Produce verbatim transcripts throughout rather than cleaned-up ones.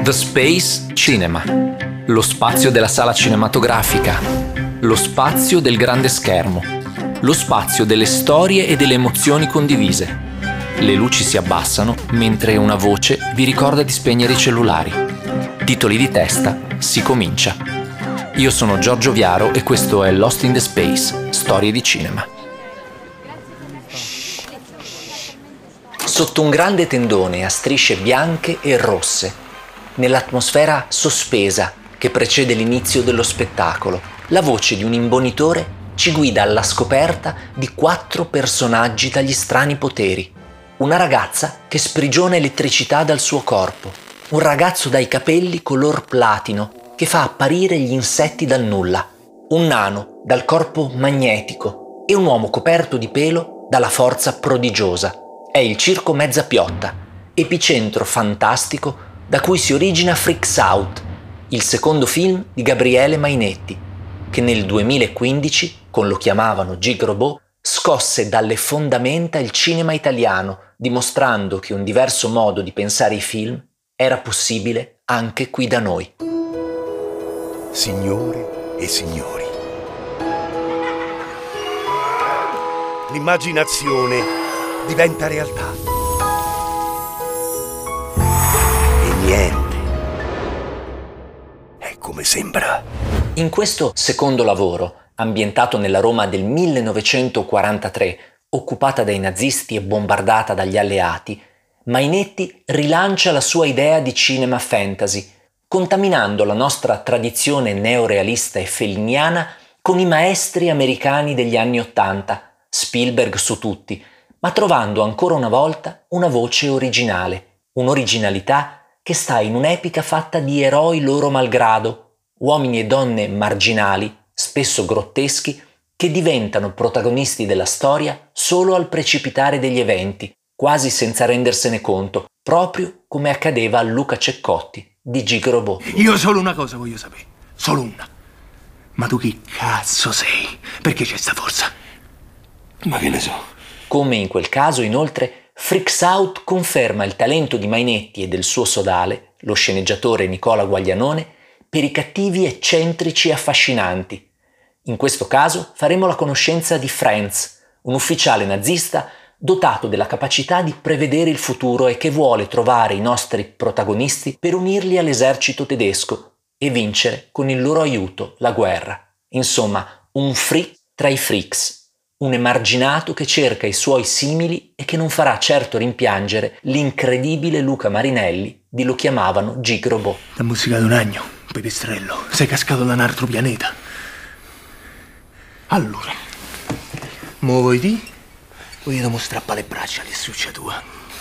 The Space Cinema, lo spazio della sala cinematografica, lo spazio del grande schermo, lo spazio delle storie e delle emozioni condivise. Le luci si abbassano mentre una voce vi ricorda di spegnere i cellulari. Titoli di testa, si comincia. Io sono Giorgio Viaro e questo è Lost in the Space, storie di cinema. Sotto un grande tendone a strisce bianche e rosse, nell'atmosfera sospesa che precede l'inizio dello spettacolo, la voce di un imbonitore ci guida alla scoperta di quattro personaggi dagli strani poteri. Una ragazza che sprigiona elettricità dal suo corpo, un ragazzo dai capelli color platino che fa apparire gli insetti dal nulla, un nano dal corpo magnetico e un uomo coperto di pelo dalla forza prodigiosa. È il Circo Mezza Piotta, epicentro fantastico da cui si origina Freaks Out, il secondo film di Gabriele Mainetti, che nel duemilaquindici, con Lo chiamavano Gig Robot, scosse dalle fondamenta il cinema italiano, dimostrando che un diverso modo di pensare i film era possibile anche qui da noi. Signore e signori, l'immaginazione diventa realtà. E niente è come sembra. In questo secondo lavoro, ambientato nella Roma del millenovecentoquarantatré, occupata dai nazisti e bombardata dagli alleati, Mainetti rilancia la sua idea di cinema fantasy, contaminando la nostra tradizione neorealista e felliniana con i maestri americani degli anni Ottanta, Spielberg su tutti, ma trovando ancora una volta una voce originale, un'originalità che sta in un'epica fatta di eroi loro malgrado, uomini e donne marginali, spesso grotteschi, che diventano protagonisti della storia solo al precipitare degli eventi, quasi senza rendersene conto, proprio come accadeva a Luca Ceccotti di Gig Robot. Io solo una cosa voglio sapere, solo una. Ma tu chi cazzo sei? Perché c'è sta forza? Ma che ne so? Come in quel caso, inoltre, Freaks Out conferma il talento di Mainetti e del suo sodale, lo sceneggiatore Nicola Guaglianone, per i cattivi eccentrici e affascinanti. In questo caso faremo la conoscenza di Franz, un ufficiale nazista dotato della capacità di prevedere il futuro e che vuole trovare i nostri protagonisti per unirli all'esercito tedesco e vincere con il loro aiuto la guerra. Insomma, un freak tra i freaks. Un emarginato che cerca i suoi simili e che non farà certo rimpiangere l'incredibile Luca Marinelli di Lo chiamavano Gig Robot. La musica di un agno, pipistrello, sei cascato da un altro pianeta. Allora, mo vuoi di? Vogliamo strappare le braccia alle succia tua?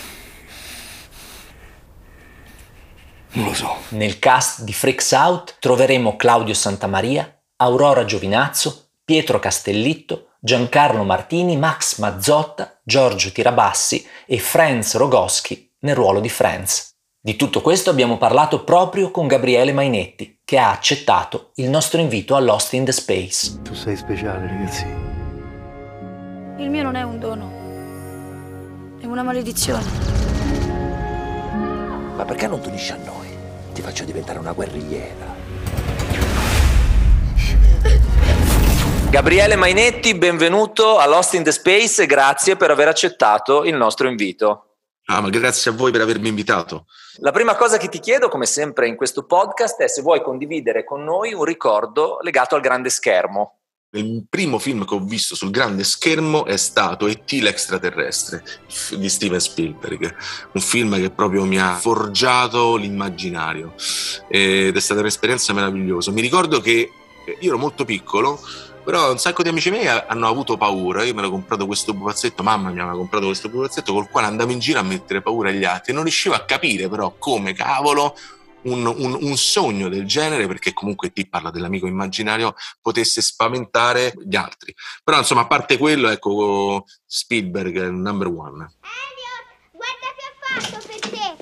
Non lo so. Nel cast di Freaks Out troveremo Claudio Santamaria, Aurora Giovinazzo, Pietro Castellitto, Giancarlo Martini, Max Mazzotta, Giorgio Tirabassi e Franz Rogoschi nel ruolo di Franz. Di tutto questo abbiamo parlato proprio con Gabriele Mainetti, che ha accettato il nostro invito a Lost in the Space. Tu sei speciale, ragazzi. Il mio non è un dono, è una maledizione. Ma perché non ti unisci a noi? Ti faccio diventare una guerrigliera. Gabriele Mainetti, benvenuto a Lost in the Space e grazie per aver accettato il nostro invito. Ah, ma grazie a voi per avermi invitato. La prima cosa che ti chiedo, come sempre in questo podcast, è se vuoi condividere con noi un ricordo legato al grande schermo. Il primo film che ho visto sul grande schermo è stato E T l'extraterrestre di Steven Spielberg, un film che proprio mi ha forgiato l'immaginario ed è stata un'esperienza meravigliosa. Mi ricordo che io ero molto piccolo, però un sacco di amici miei hanno avuto paura. Io mi ero comprato questo pupazzetto, mamma mi aveva comprato questo pupazzetto col quale andavo in giro a mettere paura agli altri e non riuscivo a capire però come cavolo un, un, un sogno del genere, perché comunque ti parla dell'amico immaginario, potesse spaventare gli altri. Però insomma, a parte quello, ecco, Spielberg è il number one. Elliot, guarda che ha fatto per te.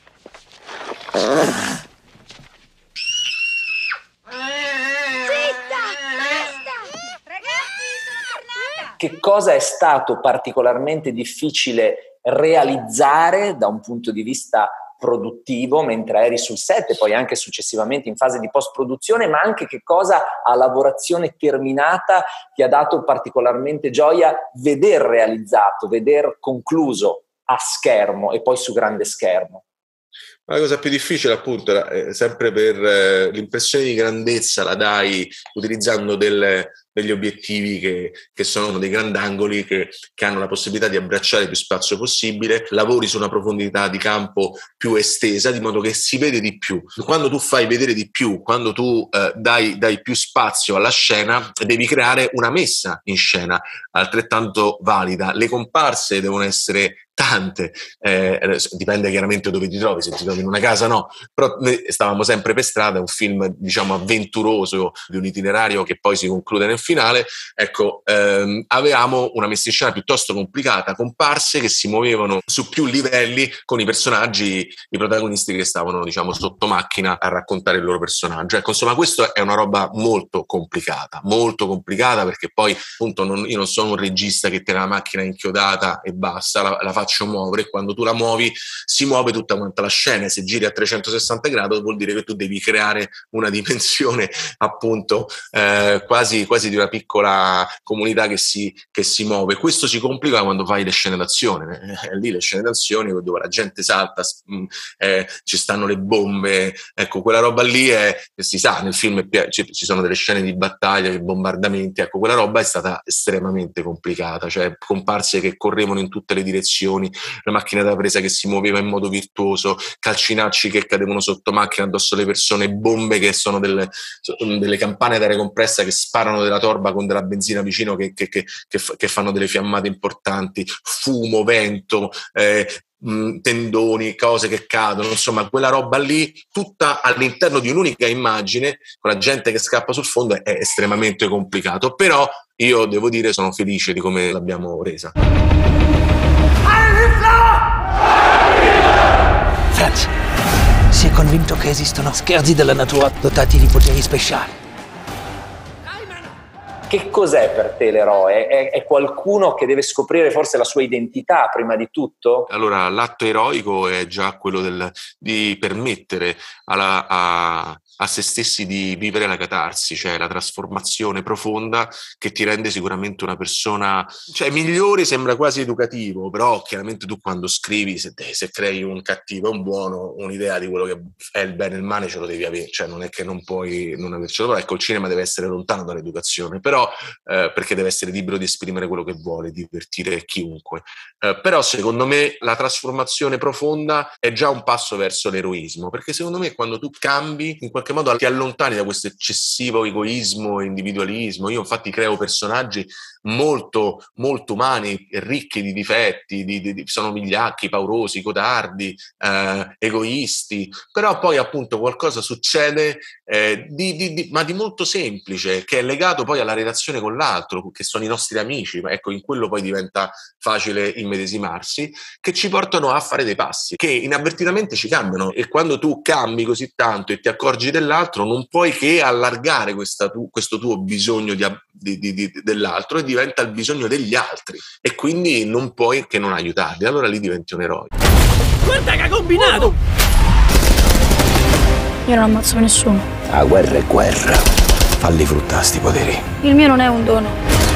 Che cosa è stato particolarmente difficile realizzare da un punto di vista produttivo mentre eri sul set e poi anche successivamente in fase di post-produzione, ma anche che cosa a lavorazione terminata ti ha dato particolarmente gioia veder realizzato, veder concluso a schermo e poi su grande schermo. La cosa più difficile appunto era eh, sempre per eh, l'impressione di grandezza la dai utilizzando del, degli obiettivi che, che sono dei grandangoli che, che hanno la possibilità di abbracciare più spazio possibile, lavori su una profondità di campo più estesa di modo che si vede di più. Quando tu fai vedere di più, quando tu eh, dai, dai più spazio alla scena, devi creare una messa in scena altrettanto valida. Le comparse devono essere tante, eh, dipende chiaramente dove ti trovi, se ti trovi in una casa no, però noi stavamo sempre per strada, è un film diciamo avventuroso di un itinerario che poi si conclude nel finale, ecco, ehm, avevamo una messa in scena piuttosto complicata, comparse che si muovevano su più livelli con i personaggi, i protagonisti che stavano diciamo sotto macchina a raccontare il loro personaggio, ecco, insomma questo è una roba molto complicata, molto complicata perché poi appunto non, io non sono un regista che tiene la macchina inchiodata e basta, la, la faccio muovere, quando tu la muovi si muove tutta quanta la scena, e se giri a trecentosessanta gradi vuol dire che tu devi creare una dimensione appunto eh, quasi, quasi di una piccola comunità che si, che si muove. Questo si complica quando fai le scene d'azione, eh, lì le scene d'azione dove la gente salta, eh, ci stanno le bombe, ecco quella roba lì è, si sa, nel film è, ci sono delle scene di battaglia, di bombardamenti, ecco quella roba è stata estremamente complicata, cioè comparse che correvano in tutte le direzioni, la macchina da presa che si muoveva in modo virtuoso, calcinacci che cadevano sotto macchina addosso alle persone, bombe che sono delle, delle campane d'aria compressa che sparano della torba con della benzina vicino che, che, che, che, che fanno delle fiammate importanti, fumo, vento, eh, tendoni, cose che cadono, insomma quella roba lì tutta all'interno di un'unica immagine con la gente che scappa sul fondo è estremamente complicato, però io devo dire sono felice di come l'abbiamo resa. Franz, si è convinto che esistono scherzi della natura dotati di poteri speciali. Che cos'è per te l'eroe? È, è qualcuno che deve scoprire forse la sua identità prima di tutto? Allora, l'atto eroico è già quello del, di permettere alla, a, a se stessi di vivere la catarsi, cioè la trasformazione profonda che ti rende sicuramente una persona, cioè migliore sembra quasi educativo, però chiaramente tu quando scrivi, se, se crei un cattivo e un buono, un'idea di quello che è il bene e il male ce lo devi avere, cioè non è che non puoi non avercelo, però ecco il cinema deve essere lontano dall'educazione, però eh, perché deve essere libero di esprimere quello che vuole, divertire chiunque, eh, però secondo me la trasformazione profonda è già un passo verso l'eroismo, perché secondo me quando tu cambi in qualche modo ti allontani da questo eccessivo egoismo e individualismo. Io infatti creo personaggi molto molto umani, ricchi di difetti, di, di, di, sono vigliacchi, paurosi, codardi, eh, egoisti, però poi appunto qualcosa succede eh, di, di, di, ma di molto semplice, che è legato poi alla relazione con l'altro, che sono i nostri amici, ma ecco in quello poi diventa facile immedesimarsi, che ci portano a fare dei passi che inavvertitamente ci cambiano, e quando tu cambi così tanto e ti accorgi dell'altro non puoi che allargare questa tu, questo tuo bisogno di, di, di, di, dell'altro, e diventa il bisogno degli altri, e quindi non puoi che non aiutarli, allora lì diventi un eroe. Guarda che ha combinato! Io non ammazzo nessuno. La guerra è guerra. Falli fruttare sti poteri. Il mio non è un dono.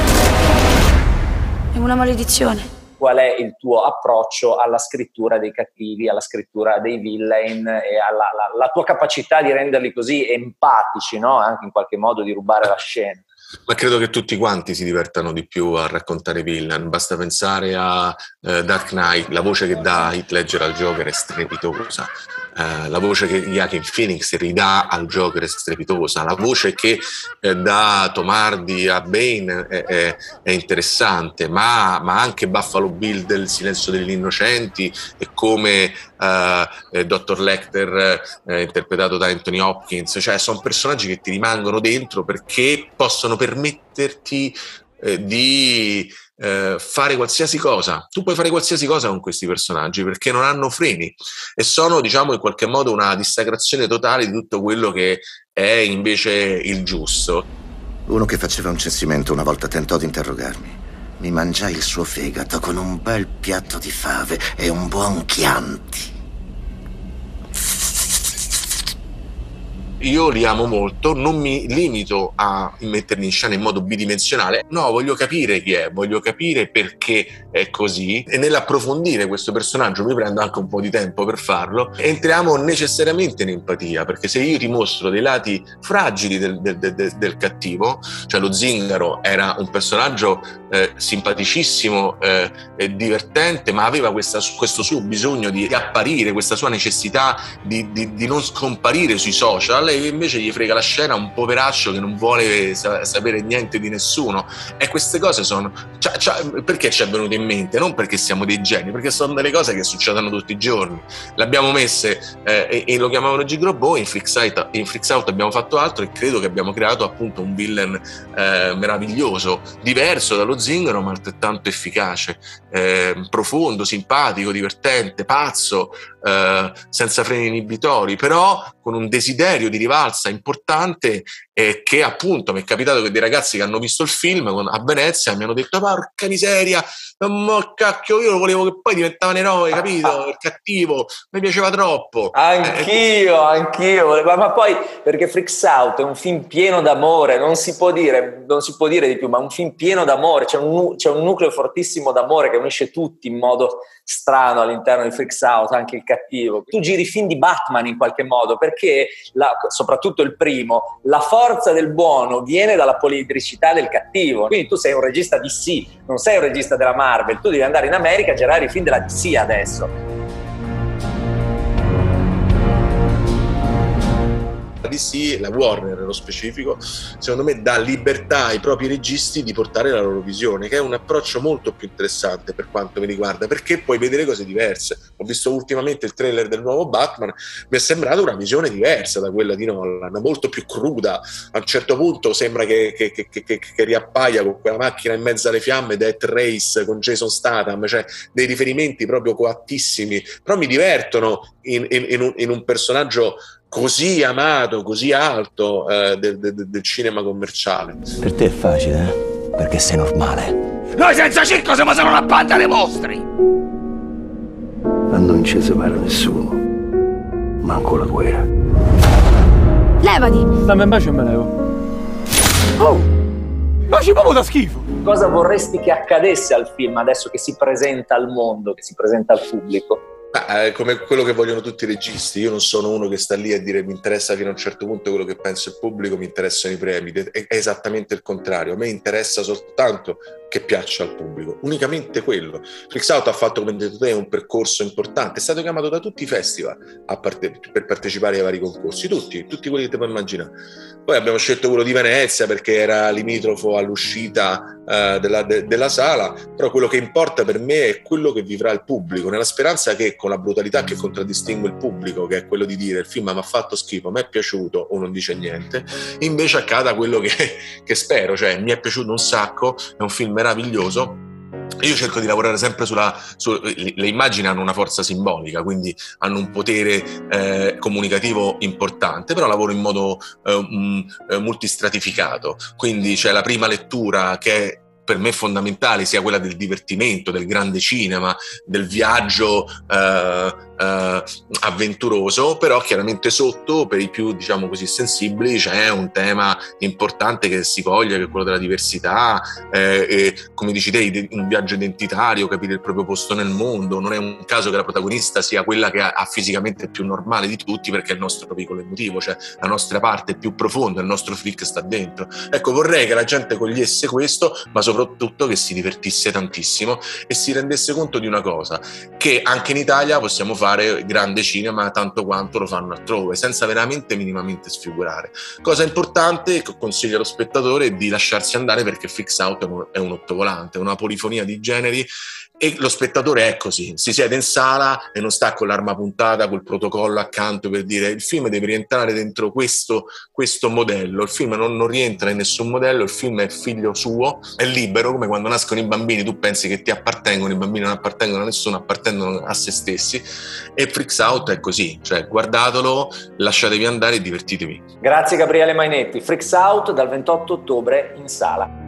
È una maledizione. Qual è il tuo approccio alla scrittura dei cattivi, alla scrittura dei villain e alla la, la tua capacità di renderli così empatici, no? Anche in qualche modo di rubare la scena? Ma credo che tutti quanti si divertano di più a raccontare villain, basta pensare a eh, Dark Knight, la voce che dà Heath Ledger al Joker è strepitosa, eh, la voce che Joaquin Phoenix ridà al Joker è strepitosa, la voce che eh, dà Tom Hardy a Bane è, è, è interessante, ma, ma anche Buffalo Bill del Silenzio degli Innocenti, e come eh, eh, Doctor Lecter eh, interpretato da Anthony Hopkins, cioè sono personaggi che ti rimangono dentro perché possono permetterti eh, di eh, fare qualsiasi cosa. Tu puoi fare qualsiasi cosa con questi personaggi perché non hanno freni e sono, diciamo, in qualche modo una dissacrazione totale di tutto quello che è invece il giusto. Uno che faceva un censimento una volta tentò di interrogarmi. Mi mangiai il suo fegato con un bel piatto di fave e un buon Chianti. io li amo molto, non mi limito a metterli in scena in modo bidimensionale, no, voglio capire chi è, voglio capire perché è così, e nell'approfondire questo personaggio mi prendo anche un po' di tempo per farlo. Entriamo necessariamente in empatia, perché se io ti mostro dei lati fragili del, del, del, del cattivo, cioè lo Zingaro era un personaggio eh, simpaticissimo eh, e divertente, ma aveva questa, questo suo bisogno di apparire, questa sua necessità di, di, di non scomparire sui social, e invece gli frega la scena un poveraccio che non vuole sa- sapere niente di nessuno. E queste cose sono c'ha, c'ha, perché ci è venuto in mente? Non perché siamo dei geni, perché sono delle cose che succedono tutti i giorni. Le abbiamo messe eh, e, e lo chiamavano Gigrobot. In Freaks Out, in Freaks Out abbiamo fatto altro, e credo che abbiamo creato appunto un villain eh, meraviglioso, diverso dallo Zingaro ma altrettanto efficace, eh, profondo, simpatico, divertente, pazzo, eh, senza freni inibitori, però con un desiderio di rivalsa importante, eh, che appunto mi è capitato che dei ragazzi che hanno visto il film a Venezia mi hanno detto: porca miseria, ma cacchio, io lo volevo che poi diventava un eroe, capito? Il cattivo, mi piaceva troppo. Anch'io, eh, anch'io, ma, ma poi perché Freaks Out è un film pieno d'amore, non si può dire, non si può dire di più, ma è un film pieno d'amore, c'è un, c'è un nucleo fortissimo d'amore che unisce tutti in modo strano all'interno di Freaks Out, anche il cattivo. Tu giri film di Batman in qualche modo, perché la, soprattutto il primo, la forza del buono viene dalla poliedricità del cattivo, quindi tu sei un regista D C, non sei un regista della Marvel, tu devi andare in America a girare i film della D C adesso. La D C, la Warner nello specifico, secondo me dà libertà ai propri registi di portare la loro visione, che è un approccio molto più interessante per quanto mi riguarda, perché puoi vedere cose diverse. Ho visto ultimamente il trailer del nuovo Batman, mi è sembrata una visione diversa da quella di Nolan, molto più cruda. A un certo punto sembra che, che, che, che, che riappaia con quella macchina in mezzo alle fiamme, Death Race con Jason Statham, cioè dei riferimenti proprio coattissimi, però mi divertono in, in, in, un, in un personaggio così amato, così alto eh, del, del, del cinema commerciale. Per te è facile, eh? Perché sei normale. Noi senza circo siamo solo una banda di mostri! A noi non ci separa nessuno, manco la guerra. Levati! Dammi un bacio e me levo. Oh! Ma ci proprio da schifo! Cosa vorresti che accadesse al film adesso che si presenta al mondo, che si presenta al pubblico? Ah, è come quello che vogliono tutti i registi. Io non sono uno che sta lì a dire mi interessa fino a un certo punto quello che pensa il pubblico, mi interessano i premi. È esattamente il contrario. A me interessa soltanto che piaccia al pubblico, unicamente quello. Freaks Out ha fatto, come detto te, un percorso importante, è stato chiamato da tutti i festival a parte, per partecipare ai vari concorsi, tutti, tutti quelli che ti puoi immaginare. Poi abbiamo scelto quello di Venezia perché era limitrofo all'uscita uh, della, de, della sala, però quello che importa per me è quello che vivrà il pubblico, nella speranza che con la brutalità che contraddistingue il pubblico, che è quello di dire il film mi ha fatto schifo, mi è piaciuto o non dice niente, invece accada quello che, che spero, cioè mi è piaciuto un sacco, è un film meraviglioso. Io cerco di lavorare sempre sulla su, le immagini hanno una forza simbolica, quindi hanno un potere eh, comunicativo importante, però lavoro in modo eh, um, multistratificato, quindi c'è la prima lettura che è per me fondamentale, sia quella del divertimento, del grande cinema, del viaggio eh, eh, avventuroso, però chiaramente sotto, per i più diciamo così sensibili, c'è un tema importante che si coglie, che è quello della diversità, eh, e come dici te, un viaggio identitario, capire il proprio posto nel mondo. Non è un caso che la protagonista sia quella che ha, ha fisicamente più normale di tutti, perché è il nostro piccolo emotivo, cioè la nostra parte più profonda, il nostro freak sta dentro. Ecco, vorrei che la gente cogliesse questo, ma soprattutto che si divertisse tantissimo e si rendesse conto di una cosa, che anche in Italia possiamo fare grande cinema tanto quanto lo fanno altrove, senza veramente minimamente sfigurare. Cosa importante che consiglio allo spettatore è di lasciarsi andare, perché Freaks Out è un ottovolante, una polifonia di generi, e lo spettatore è così, si siede in sala e non sta con l'arma puntata, col protocollo accanto per dire il film deve rientrare dentro questo, questo modello. Il film non, non rientra in nessun modello, il film è figlio suo, è libero, come quando nascono i bambini, tu pensi che ti appartengono, i bambini non appartengono a nessuno, appartengono a se stessi, e Freaks Out è così, cioè guardatelo, lasciatevi andare e divertitevi. Grazie Gabriele Mainetti. Freaks Out dal ventotto ottobre in sala.